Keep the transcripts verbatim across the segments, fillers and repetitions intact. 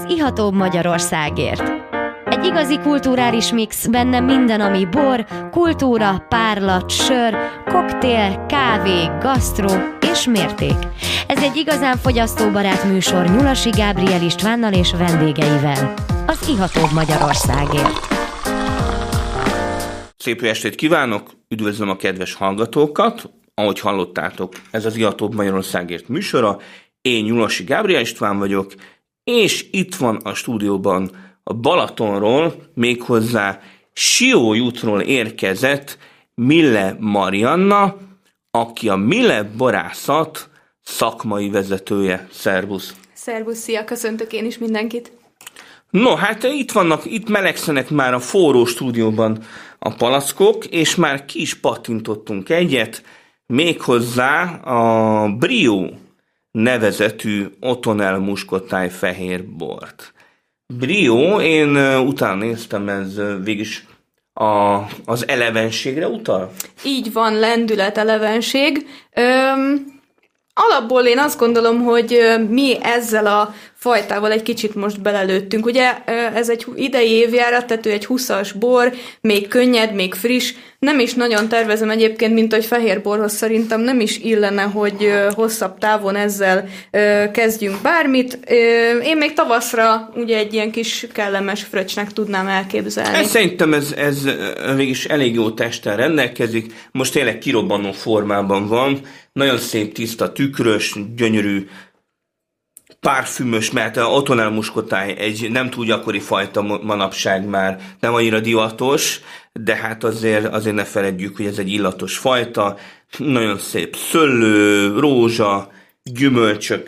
az ihatóbb Magyarországért. Egy igazi kulturális mix, benne minden, ami bor, kultúra, párlat, sör, koktél, kávé, gasztró és mérték. Ez egy igazán fogyasztóbarát műsor Nyulasi Gábriel Istvánnal és vendégeivel. Az ihatóbb Magyarországért. Szép jó estét kívánok, üdvözlöm a kedves hallgatókat. Ahogy hallottátok, ez az ihatóbb Magyarországért műsora. Én Nyulasi Gábriel István vagyok, és itt van a stúdióban a Balatonról, méghozzá Siólyútról érkezett Mille Marianna, aki a Mille Borászat szakmai vezetője. Szervusz! Szervusz, szia, köszöntök én is mindenkit! No, hát itt vannak, itt melegszenek már a forró stúdióban a palackok, és már ki is pattintottunk egyet, méghozzá a Brio nevezetű Otonel muskotáj fehér bort. Brio, én utána néztem, ez végülis a, az elevenségre utal? Így van, lendület, elevenség. Öm, alapból én azt gondolom, hogy mi ezzel a fajtával egy kicsit most belelőttünk. Ugye ez egy idei évjárat, tehát egy huszas bor, még könnyed, még friss. Nem is nagyon tervezem egyébként, mint hogy fehér borhoz szerintem nem is illene, hogy hosszabb távon ezzel kezdjünk bármit. Én még tavaszra ugye egy ilyen kis kellemes fröccsnek tudnám elképzelni. Ez, szerintem ez, ez végig elég jó testen rendelkezik. Most tényleg kirobbanó formában van. Nagyon szép, tiszta, tükrös, gyönyörű, párfümös, mert a Otonel muskotáj egy nem túl gyakori fajta manapság, már nem annyira divatos, de hát azért, azért ne feledjük, hogy ez egy illatos fajta, nagyon szép szőlő, rózsa, gyümölcsök,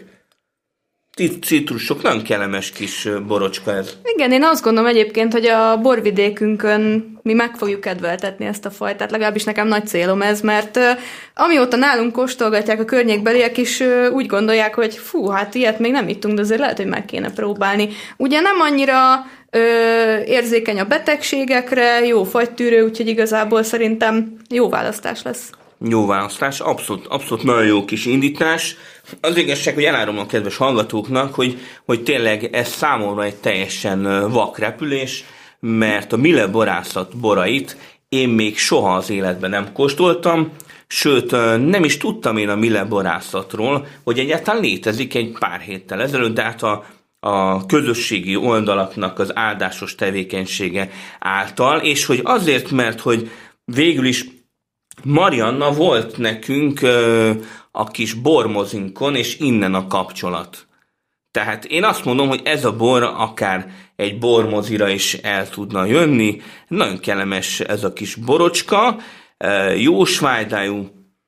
citrusok, nagyon kellemes kis borocska ez. Igen, én azt gondolom egyébként, hogy a borvidékünkön mi meg fogjuk kedveltetni ezt a fajtát, legalábbis nekem nagy célom ez, mert uh, amióta nálunk kóstolgatják a környékbeliek is, uh, úgy gondolják, hogy fú, hát ilyet még nem ittunk, de azért lehet, hogy meg kéne próbálni. Ugye nem annyira uh, érzékeny a betegségekre, jó fagytűrő, úgyhogy igazából szerintem jó választás lesz. Jó választás, abszolút, abszolút nagyon jó kis indítás. Az igazság, hogy elárom a kedves hallgatóknak, hogy, hogy tényleg ez számomra egy teljesen vakrepülés, mert a Mille Borászat borait én még soha az életben nem kóstoltam, sőt nem is tudtam én a Mille Borászatról, hogy egyáltalán létezik egy pár héttel ezelőtt, de hát a, a közösségi oldalaknak az áldásos tevékenysége által, és hogy azért, mert hogy végül is Marianna volt nekünk ö, a kis bormozinkon, és innen a kapcsolat. Tehát én azt mondom, hogy ez a bor akár egy bormozira is el tudna jönni. Nagyon kellemes ez a kis borocska, jó svájdájú,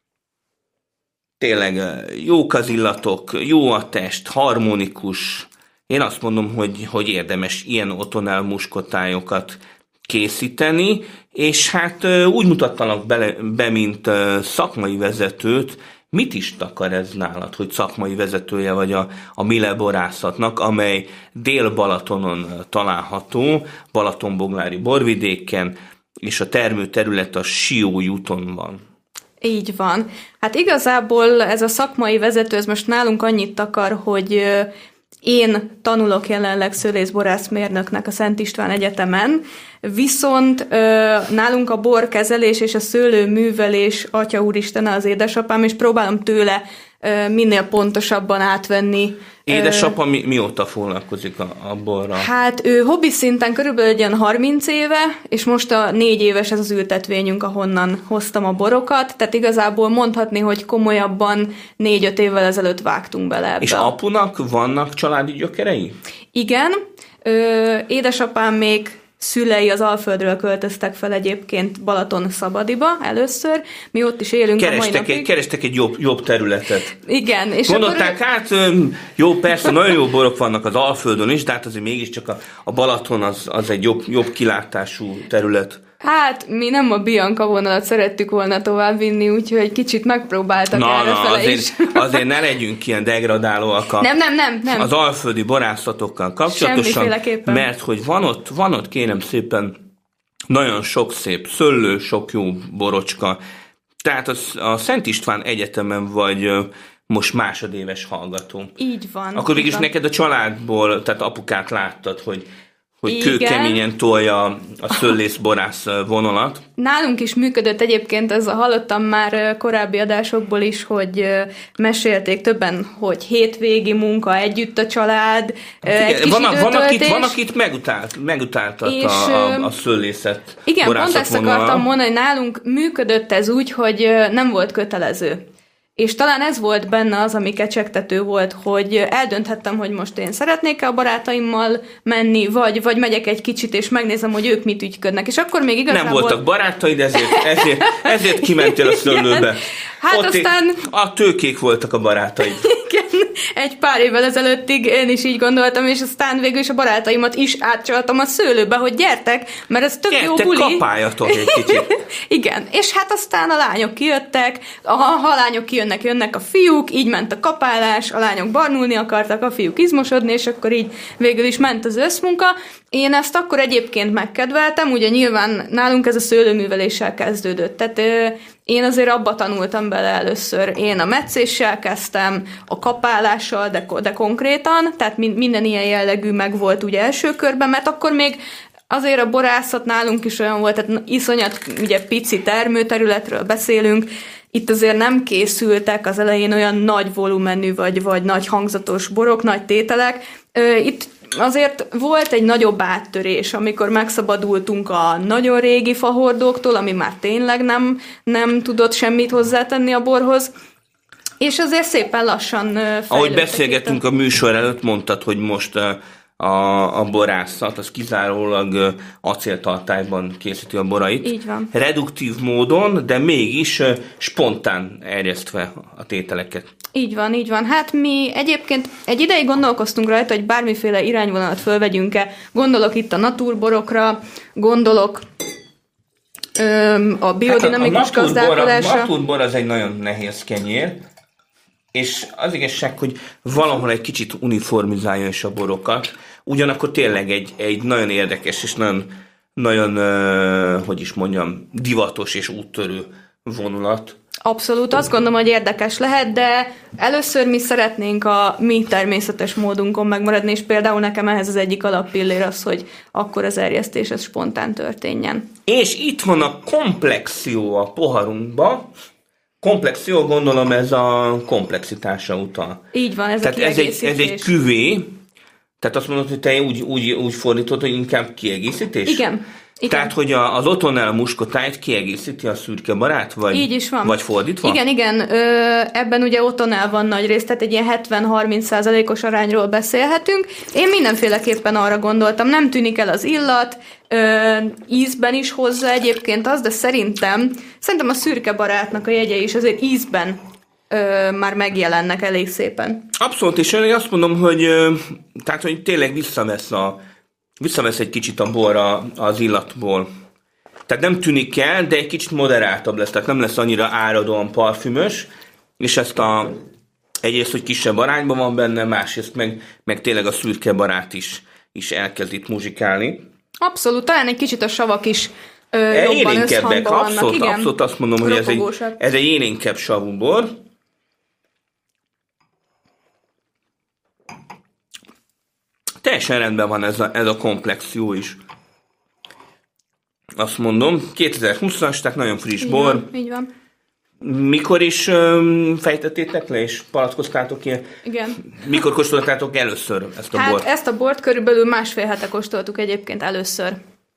tényleg jók az illatok, jó a test, harmonikus. Én azt mondom, hogy, hogy érdemes ilyen Otonel muskotályokat készíteni, és hát úgy mutattanak be, be, mint szakmai vezetőt. Mit is takar ez nálad, hogy szakmai vezetője vagy a, a Mille Borászatnak, amely Dél-Balatonon található, Balatonboglári borvidéken, és a termőterület a Siólyúton van? Így van. Hát igazából ez a szakmai vezető, ez most nálunk annyit takar, hogy én tanulok jelenleg szőlészborászmérnöknek a Szent István Egyetemen, viszont ö, nálunk a borkezelés és a szőlőművelés, atya úristen az édesapám, és próbálom tőle ö, minél pontosabban átvenni. Édesapa mi, mióta foglalkozik a, a borral? Hát ő hobbi szinten körülbelül egy ilyen harminc éve, és most a négy éves ez az ültetvényünk, ahonnan hoztam a borokat, tehát igazából mondhatni, hogy komolyabban négy-öt évvel ezelőtt vágtunk bele ebbe. És apunak vannak családi gyökerei? Igen, ö, édesapám még szülei az Alföldről költöztek fel egyébként Balaton-Szabadiba először, mi ott is élünk kerestek a mai napig. Egy, kerestek egy jobb, jobb területet. Igen. És gondolták, akkor... hát jó, persze, nagyon jó borok vannak az Alföldön is, de hát azért mégiscsak a, a Balaton az, az egy jobb, jobb kilátású terület. Hát, mi nem a Bianca vonalat szerettük volna továbbvinni, úgyhogy kicsit megpróbáltak na, errefele na, azért, is. azért ne legyünk ilyen degradálóak a, nem, nem, nem, nem. az alföldi borászatokkal kapcsolatosan, mert hogy van ott, van ott kérem szépen nagyon sok szép szőlő, sok jó borocska. Tehát az, a Szent István Egyetemen vagy most másodéves hallgató. Így van. Akkor végülis van. neked a családból, tehát apukát láttad, hogy, hogy kőkeményen tolja a szőlészborász vonalat. Nálunk is működött egyébként, ez hallottam már korábbi adásokból is, hogy mesélték többen, hogy hétvégi munka, együtt a család, igen, egy kis van, van, akit, van, és... akit megutált, megutáltat és, a, a, a szőlészet. Igen, pont ezt vonala. akartam mondani, hogy nálunk működött ez úgy, hogy nem volt kötelező. És talán ez volt benne az, ami kecsegtető volt, hogy eldönthettem, hogy most én szeretnék-e a barátaimmal menni, vagy, vagy megyek egy kicsit, és megnézem, hogy ők mit ügyködnek. És akkor még igazából... Nem voltak barátaid, ezért, ezért, ezért kimentél a szőlőbe. Hát ott aztán... A tőkék voltak a barátaid. Igen, egy pár évvel ezelőttig én is így gondoltam, és aztán végül is a barátaimat is átcsaltam a szőlőbe, hogy gyertek, mert ez tök gyertek, jó buli. kapáljatok egy kicsit. Igen, és hát aztán a lányok kijöttek, ha a lányok kijönnek, jönnek a fiúk, így ment a kapálás, a lányok barnulni akartak, a fiúk izmosodni, és akkor így végül is ment az összmunka. Én ezt akkor egyébként megkedveltem, ugye nyilván nálunk ez a szőlőműveléssel kezdődött, tehát én azért abba tanultam bele először. Én a metszéssel kezdtem, a kapálással, de, de konkrétan, tehát minden ilyen jellegű meg volt ugye első körben, mert akkor még azért a borászat nálunk is olyan volt, tehát iszonyat ugye pici termőterületről beszélünk, itt azért nem készültek az elején olyan nagy volumenű vagy, vagy nagy hangzatos borok, nagy tételek. Itt azért volt egy nagyobb áttörés, amikor megszabadultunk a nagyon régi fahordóktól, ami már tényleg nem, nem tudott semmit hozzátenni a borhoz, és azért szépen lassan fejlődtek. Ahogy beszélgettünk a műsor előtt, mondtad, hogy most a, a borászat, az kizárólag acéltartályban készíti a borait. Így van. Reduktív módon, de mégis spontán erjesztve a tételeket. Így van, így van. Hát mi egyébként egy ideig gondolkoztunk rajta, hogy bármiféle irányvonalat fölvegyünk-e. Gondolok itt a natúrborokra, gondolok öm, a biodinamikus hát gazdálkodásra. A natúrbor az egy nagyon nehéz kenyér, és az igazság, hogy valahol egy kicsit uniformizálja is a borokat, ugyanakkor tényleg egy, egy nagyon érdekes és nagyon, nagyon uh, hogy is mondjam, divatos és úttörő vonulat. Abszolút, azt gondolom, hogy érdekes lehet, de először mi szeretnénk a mi természetes módunkon megmaradni, és például nekem ehhez az egyik alappillér az, hogy akkor az erjesztés ez spontán történjen. És itt van a komplexió a poharunkba. Komplexió, gondolom ez a komplexitásra utal. Így van, ez tehát a ez egy, ez egy küvé, tehát azt mondod, hogy te úgy, úgy, úgy fordítod, hogy inkább kiegészítés? Igen. Igen. Tehát, hogy a, az Otonel muskotájt kiegészíti a szürke barát? Vagy, így is van. Vagy fordítva? Igen, igen. Ö, ebben ugye Otonel van nagy rész, tehát egy ilyen hetven-harminc százalékos arányról beszélhetünk. Én mindenféleképpen arra gondoltam, nem tűnik el az illat, ö, ízben is hozza egyébként az, de szerintem, szerintem a szürke barátnak a jegyei is azért ízben ö, már megjelennek elég szépen. Abszolút, és én azt mondom, hogy, ö, tehát, hogy tényleg visszavesz a Visszavesz egy kicsit a borra az illatból. Tehát nem tűnik el, de egy kicsit moderáltabb lesz. Tehát nem lesz annyira áradóan parfümös, és ezt a egyrészt, hogy kisebb arányban van benne, másrészt meg, meg tényleg a szürke barát is, is elkezd itt muzsikálni. Abszolút, talán egy kicsit a savak is ö, jobban összhangban vannak. Abszolút, igen. abszolút azt mondom, hogy ez egy, ez egy élénkebb savú bor. Teljesen rendben van ez a, ez a komplexió is. Azt mondom, kétezer-húszas, tehát nagyon friss így bor. Van, így van. Mikor is um, fejtettétek le, és palackoztátok ki? Igen. Mikor kóstoltátok először ezt a hát bort? Hát ezt a bort körülbelül másfél hete kóstoltuk egyébként először.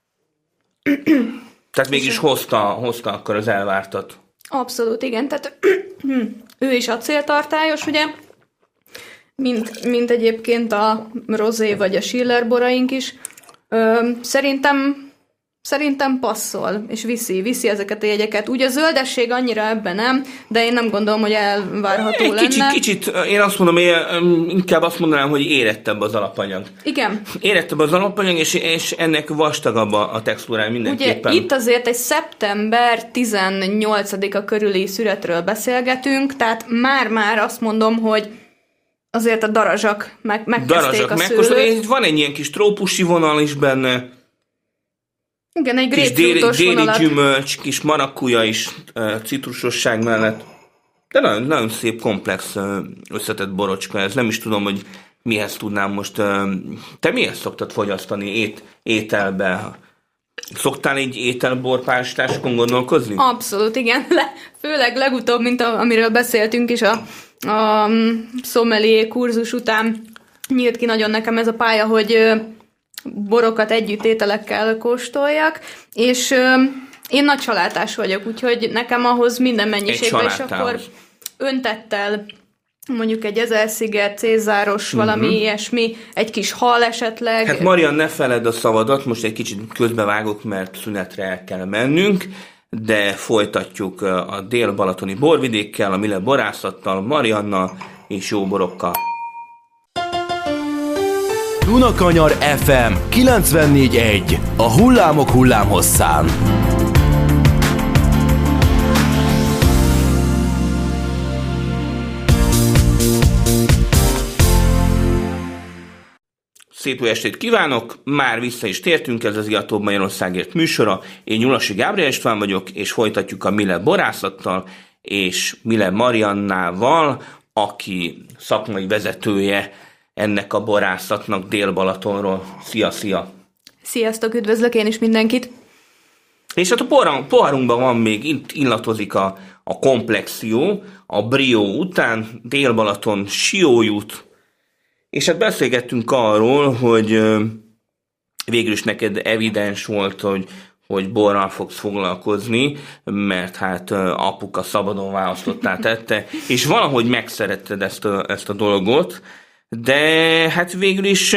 Tehát mégis hozta, hozta akkor az elvártat. Abszolút, igen. Tehát ő is acéltartályos, ugye? Mint, mint egyébként a rozé vagy a Schiller boraink is. Ö, szerintem, szerintem passzol, és viszi, viszi ezeket a jegyeket. Úgy a zöldesség annyira ebben nem, de én nem gondolom, hogy elvárható Egy lenne. Kicsit, kicsit, én azt mondom, én inkább azt mondanám, hogy érettebb az alapanyag. Igen. Érettebb az alapanyag, és, és ennek vastagabb a, a textúrája mindenképpen. Ugye itt azért egy szeptember tizennyolcadika körüli szüretről beszélgetünk, tehát már-már azt mondom, hogy azért a darazsak meg, megkezdték a szőlőt. Van egy ilyen kis trópusi vonal is benne. Igen, egy kis déli, grapefruitos déli vonalat. gyümölcs, kis marakuja is uh, citrusosság mellett. De nagyon, nagyon szép, komplex, összetett borocska ez. Nem is tudom, hogy mihez tudnám most... Te mihez szoktad fogyasztani ét, ételbe? Szoktál így ételborpárosításokon gondolkozni? Abszolút, igen. Le, főleg legutóbb, mint a, amiről beszéltünk is, a, a sommelier kurzus után nyílt ki nagyon nekem ez a pálya, hogy borokat együtt ételekkel kóstoljak, és én nagy salátás vagyok, úgyhogy nekem ahhoz minden mennyiségben, és akkor öntettel, mondjuk egy Ezersziget, Cézáros, valami uh-huh. ilyesmi, egy kis hal esetleg. Hát Marian, ne feledd a szavadat, most egy kicsit közbevágok, mert szünetre el kell mennünk, de folytatjuk a dél-balatoni borvidékkel, a Mille borászattal, Mariannal és jó borokkal. Dunakanyar ef em kilencvennégy egy, a hullámok hullámhosszán. Szép jó estét kívánok! Már vissza is tértünk, ez az Iatóbb Magyarországért műsora. Én Nyulasi Gábriel István vagyok, és folytatjuk a Mille borászattal és Mille Mariannával, aki szakmai vezetője ennek a borászatnak Dél-Balatonról. Szia, szia! Sziasztok, üdvözlök én is mindenkit! És hát a poharunkban van még, itt illatozik a, a komplexió, a Brio után, Dél-Balaton Siólyút. És hát beszélgettünk arról, hogy végül is neked evidens volt, hogy, hogy borral fogsz foglalkozni, mert hát apuka szabadon választottá tette, és valahogy megszeretted ezt a, ezt a dolgot, de hát végül is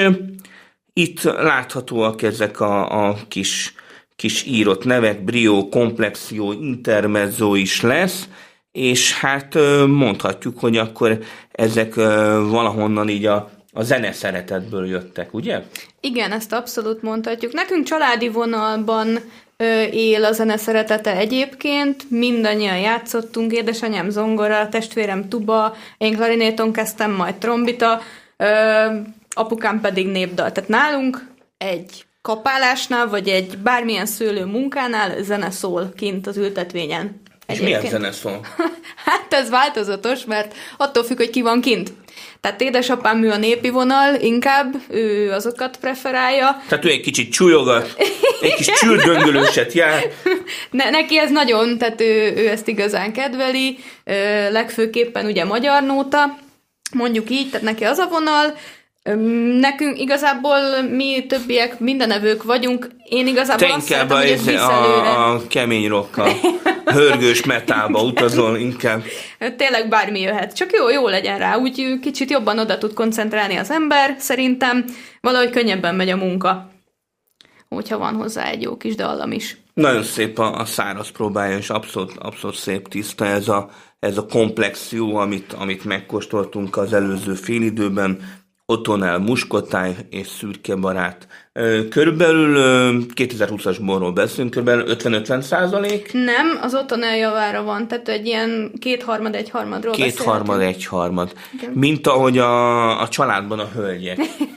itt láthatóak ezek a, a kis, kis írott nevek, Brio, Komplexió, Intermezzo is lesz, és hát mondhatjuk, hogy akkor ezek valahonnan így a A zene szeretetből jöttek, ugye? Igen, ezt abszolút mondhatjuk. Nekünk családi vonalban ö, él a zene szeretete egyébként. Mindannyian játszottunk, édesanyám zongora, testvérem tuba, én klarinéton kezdtem, majd trombita, ö, apukám pedig népdal. Tehát nálunk egy kapálásnál, vagy egy bármilyen szőlő munkánál zene szól kint az ültetvényen. És milyen zene szól? Hát ez változatos, mert attól függ, hogy ki van kint. Tehát édesapám ő a népi vonal, inkább ő azokat preferálja. Tehát ő egy kicsit csúlyogat, egy kis csürdöngölőset jár. Ne, neki ez nagyon, tehát ő, ő ezt igazán kedveli, legfőképpen ugye magyar nóta, mondjuk így, tehát neki az a vonal. Nekünk igazából mi többiek mindenevők vagyunk, én igazából te azt szeretem, hogy ez a, a kemény rockkal, hörgős metálba utazol inkább. Tényleg bármi jöhet, csak jó, jó legyen rá, úgy kicsit jobban oda tud koncentrálni az ember, szerintem valahogy könnyebben megy a munka, hogyha van hozzá egy jó kis dallam is. Nagyon szép a, a száraz próbája, és abszolút, abszolút szép tiszta ez a, ez a komplexió, amit, amit megkóstoltunk az előző félidőben, Otonel, muskotáj és szürke barát. Körülbelül kétezer-húszas borról beszélünk, körülbelül ötven-ötven százalék. Nem, az Otonel javára van, tehát egy ilyen kétharmad, egyharmadról beszélünk. Kétharmad, egyharmad. Mint ahogy a, a családban a hölgyek.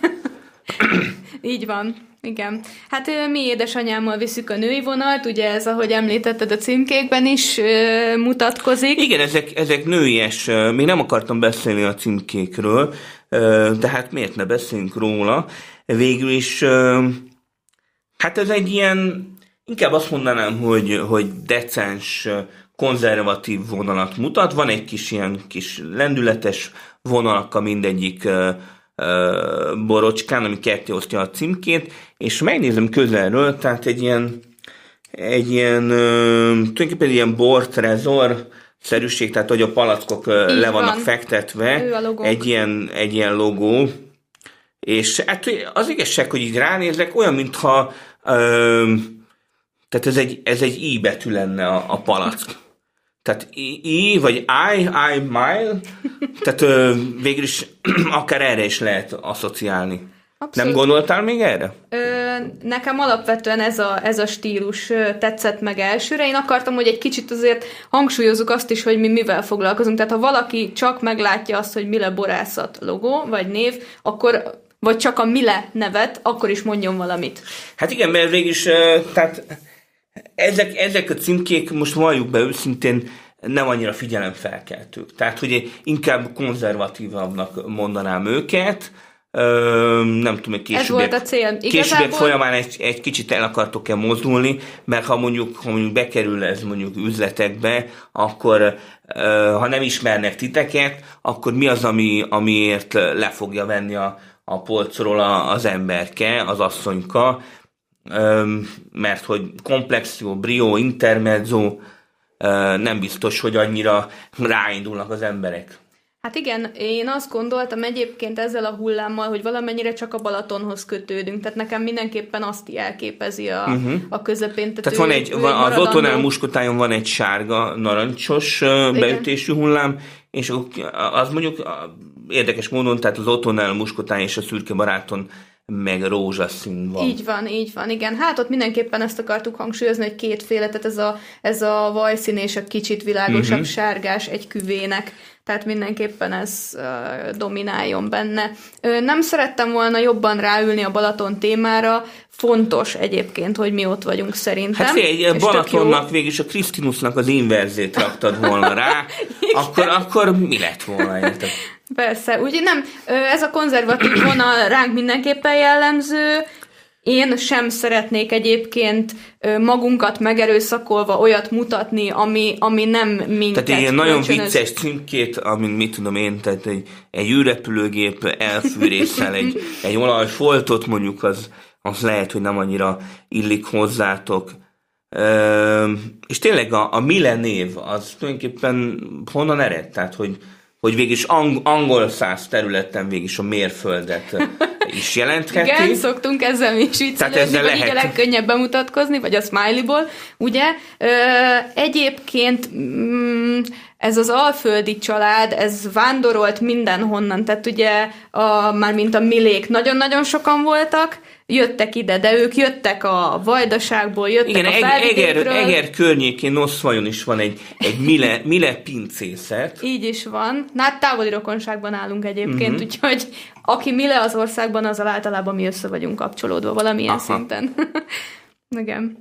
Így van. Igen. Hát mi édesanyámmal viszük a női vonalt, ugye ez, ahogy említetted, a címkékben is ö, mutatkozik. Igen, ezek, ezek nőies, még nem akartam beszélni a címkékről, ö, de hát miért ne beszéljünk róla. Végül is, ö, hát ez egy ilyen, inkább azt mondanám, hogy, hogy decens, konzervatív vonalat mutat. Van egy kis ilyen kis lendületes vonalakkal mindegyik ö, borocskán, ami ketté osztja a címkét, és megnézem közelről, tehát egy ilyen egy ilyen tulajdonképpen ilyen bortrezor szerűség, tehát hogy a palackok így le vannak van. fektetve, egy ilyen, egy ilyen logó, és hát az igazság, hogy így ránézek, olyan, mintha ö, tehát ez egy, ez egy I betű lenne a, a palack. Tehát I, I vagy I, I, mile, tehát ö, végül is akár erre is lehet asszociálni. Abszolút. Nem gondoltál még erre? Ö, nekem alapvetően ez a, ez a stílus tetszett meg elsőre. Én akartam, hogy egy kicsit azért hangsúlyozzuk azt is, hogy mi mivel foglalkozunk. Tehát ha valaki csak meglátja azt, hogy Mille borászat logó, vagy név, akkor, vagy csak a Mille nevet, akkor is mondjon valamit. Hát igen, mert végül is, tehát ezek, ezek a címkék, most valljuk be őszintén, nem annyira figyelemfelkeltők. Tehát, hogy inkább konzervatívabbnak mondanám őket, Ö, nem tudom, hogy későbbiek, Ez volt a cél. Igazából... Igazából... folyamán egy, egy kicsit el akartok-e mozdulni, mert ha mondjuk, ha mondjuk bekerül ez mondjuk üzletekbe, akkor ö, ha nem ismernek titeket, akkor mi az, ami, amiért le fogja venni a, a polcról a, az emberke, az asszonyka, ö, mert hogy komplexió, brio, intermezzo, ö, nem biztos, hogy annyira ráindulnak az emberek. Hát igen, én azt gondoltam egyébként ezzel a hullámmal, hogy valamennyire csak a Balatonhoz kötődünk, tehát nekem mindenképpen azt jelképezi a, uh-huh. a közepén. Tehát, tehát van egy, van, az Ottonel Muskotájon van egy sárga, narancsos igen. beütésű hullám, és az mondjuk érdekes módon, tehát az Ottonel Muskotán és a Szürke Baráton meg rózsaszín van. Így van, így van, igen. Hát ott mindenképpen ezt akartuk hangsúlyozni, hogy kétféle, tehát ez a, ez a vajszín és a kicsit világosabb uh-huh. sárgás egy küvének. Tehát mindenképpen ez uh, domináljon benne. Ö, nem szerettem volna jobban ráülni a Balaton témára, fontos egyébként, hogy mi ott vagyunk szerintem. Hát fél, Balatonnak végülis a Krisztinusnak az inverzét raktad volna rá, akkor, akkor mi lett volna, érted? Persze, ugye nem, ez a konzervatív vonal ránk mindenképpen jellemző. Én sem szeretnék egyébként magunkat megerőszakolva olyat mutatni, ami, ami nem minket. Tehát ilyen nagyon vicces címkét, amit mit tudom én, tehát egy, egy űrrepülőgép elfűrésszel, egy, egy olajfoltot mondjuk, az, az lehet, hogy nem annyira illik hozzátok. Ö, és tényleg a, a Mille név, az tulajdonképpen honnan ered? Tehát, hogy hogy végig ang- angol száz területen végig a mérföldet is jelentheti. Igen, szoktunk ezzel mi is viccelődni, vagy így a legkönnyebb bemutatkozni, vagy a Smiley-ból, ugye? Ö, egyébként mm, ez az alföldi család, ez vándorolt mindenhonnan, tehát ugye a, már mint a Millék nagyon-nagyon sokan voltak, jöttek ide, de ők jöttek a Vajdaságból, jöttek igen, a Felvidékről. Eger, Eger környékén, Noszvajon is van egy, egy Mille, Mille pincészet. Így is van. Na, hát távoli rokonságban állunk egyébként, uh-huh. úgyhogy aki Mille az országban, azzal általában mi össze vagyunk kapcsolódva valamilyen Aha. szinten. Igen.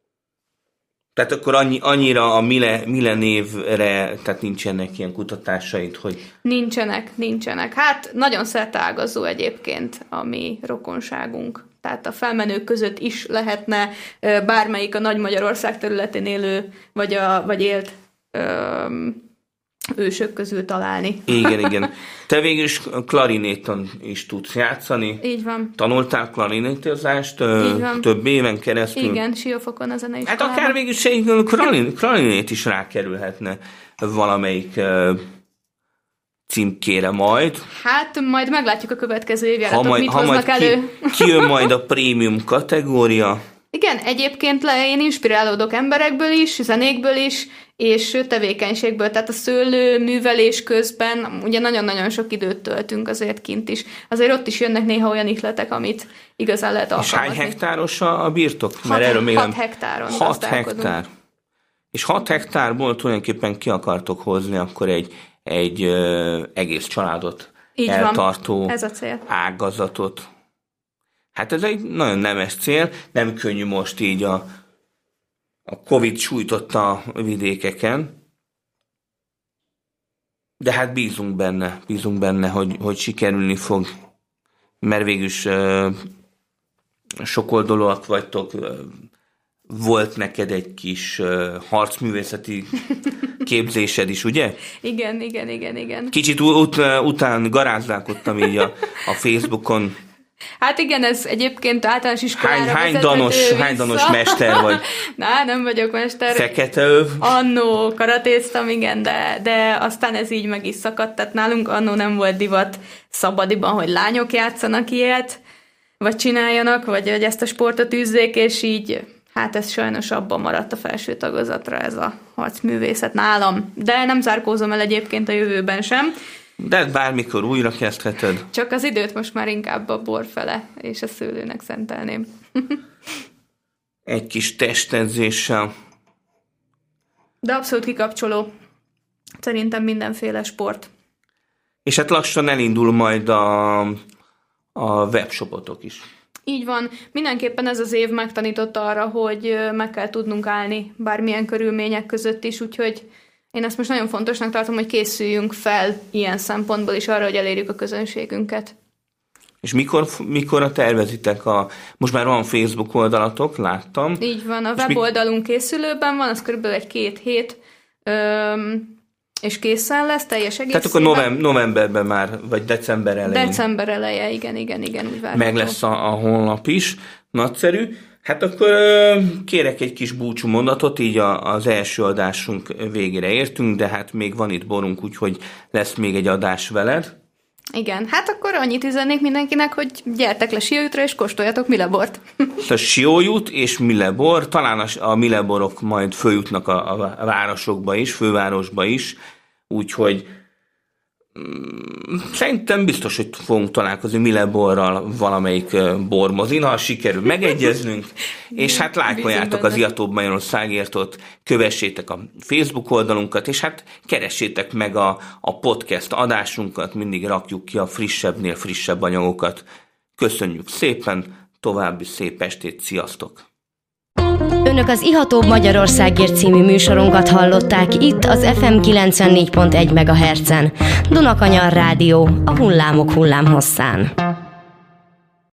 Tehát akkor annyi, annyira a Mille, Mille névre, tehát nincsenek ilyen kutatásaid, hogy... Nincsenek, nincsenek. Hát nagyon szerteágazó egyébként a mi rokonságunk. Tehát a felmenők között is lehetne bármelyik a Nagy Magyarország területén élő, vagy, a, vagy élt öm, ősök közül találni. Igen, igen. Te végül is klarinéton is tudsz játszani. Így van. Tanultál klarinétozást több éven keresztül. Igen, Siófokon a zeneiskolában. Hát akár végül is egy klarinét is rákerülhetne valamelyik uh, címkére majd. Hát majd meglátjuk a következő évjáratok, majd, mit hoznak ki, elő. Kijön majd a prémium kategória. Igen, egyébként le, én inspirálódok emberekből is, zenékből is, és tevékenységből, tehát a szőlő művelés közben ugye nagyon-nagyon sok időt töltünk azért kint is. Azért ott is jönnek néha olyan ihletek, amit igazán lehet alkalmazni. És hány hektáros a birtok? Hat, Mert erről még hat nem... hektáron Hat hektár. És hat hektárból tulajdonképpen ki akartok hozni akkor egy, egy ö, egész családot így eltartó van. Ez a cél. Ágazatot. Hát ez egy nagyon nemes cél, nem könnyű most így a, a Covid sújtotta a vidékeken, de hát bízunk benne, bízunk benne, hogy, hogy sikerülni fog, mert végülis uh, sokoldalúak vagytok, uh, volt neked egy kis uh, harcművészeti képzésed is, ugye? Igen, igen, igen, igen. Kicsit ut- után garázdálkodtam így a, a Facebookon. Hát igen, ez egyébként általános iskolára hány, hány danos, hány danos mester vagy? Na, nem vagyok mester. Feketeöv? Annó karatéztam, igen, de, de aztán ez így meg is szakadt, tehát nálunk annó nem volt divat szabadiban, hogy lányok játszanak ilyet, vagy csináljanak, vagy hogy ezt a sportot űzzék, és így hát ez sajnos abban maradt a felső tagozatra ez a harcművészet nálam. De nem zárkózom el egyébként a jövőben sem. De bármikor újra kezdheted. Csak az időt most már inkább a bor fele és a szőlőnek szentelném. Egy kis testedzéssel. De abszolút kikapcsoló. Szerintem mindenféle sport. És hát lassan elindul majd a, a webshopotok is. Így van. Mindenképpen ez az év megtanított arra, hogy meg kell tudnunk állni bármilyen körülmények között is, úgyhogy Én ezt most nagyon fontosnak tartom, hogy készüljünk fel ilyen szempontból is arra, hogy elérjük a közönségünket. És mikor, mikor tervezitek a... Most már van Facebook oldalatok, láttam. Így van, a és weboldalunk mi... készülőben van, az körülbelül egy két hét, öm, és készen lesz, teljes egészében. Tehát akkor november, novemberben már, vagy december elején. December eleje, igen, igen, igen, úgy várható. Meg lesz a, a honlap is, nagyszerű. Hát akkor kérek egy kis búcsú mondatot, így az első adásunk végére értünk, de hát még van itt borunk, úgyhogy lesz még egy adás veled. Igen, hát akkor annyit üzennék mindenkinek, hogy gyertek le Siójutra és kóstoljatok millebort. A Siójút és millebor, talán a, a milleborok majd följutnak a, a városokba is, fővárosba is, úgyhogy mm, szerintem biztos, hogy fogunk találkozni milleborral valamelyik bormozin, ha sikerül megegyeznünk, és hát lájkoljátok az Iatóbb Magyarországértot, kövessétek a Facebook oldalunkat, és hát keressétek meg a, a podcast adásunkat, mindig rakjuk ki a frissebbnél frissebb anyagokat. Köszönjük szépen, további szép estét, sziasztok! Önök az Ihatóbb Magyarországért című műsorunkat hallották itt az ef em kilencvennégy pont egy megahertzen. Dunakanyar Rádió, a hullámok hullámhosszán.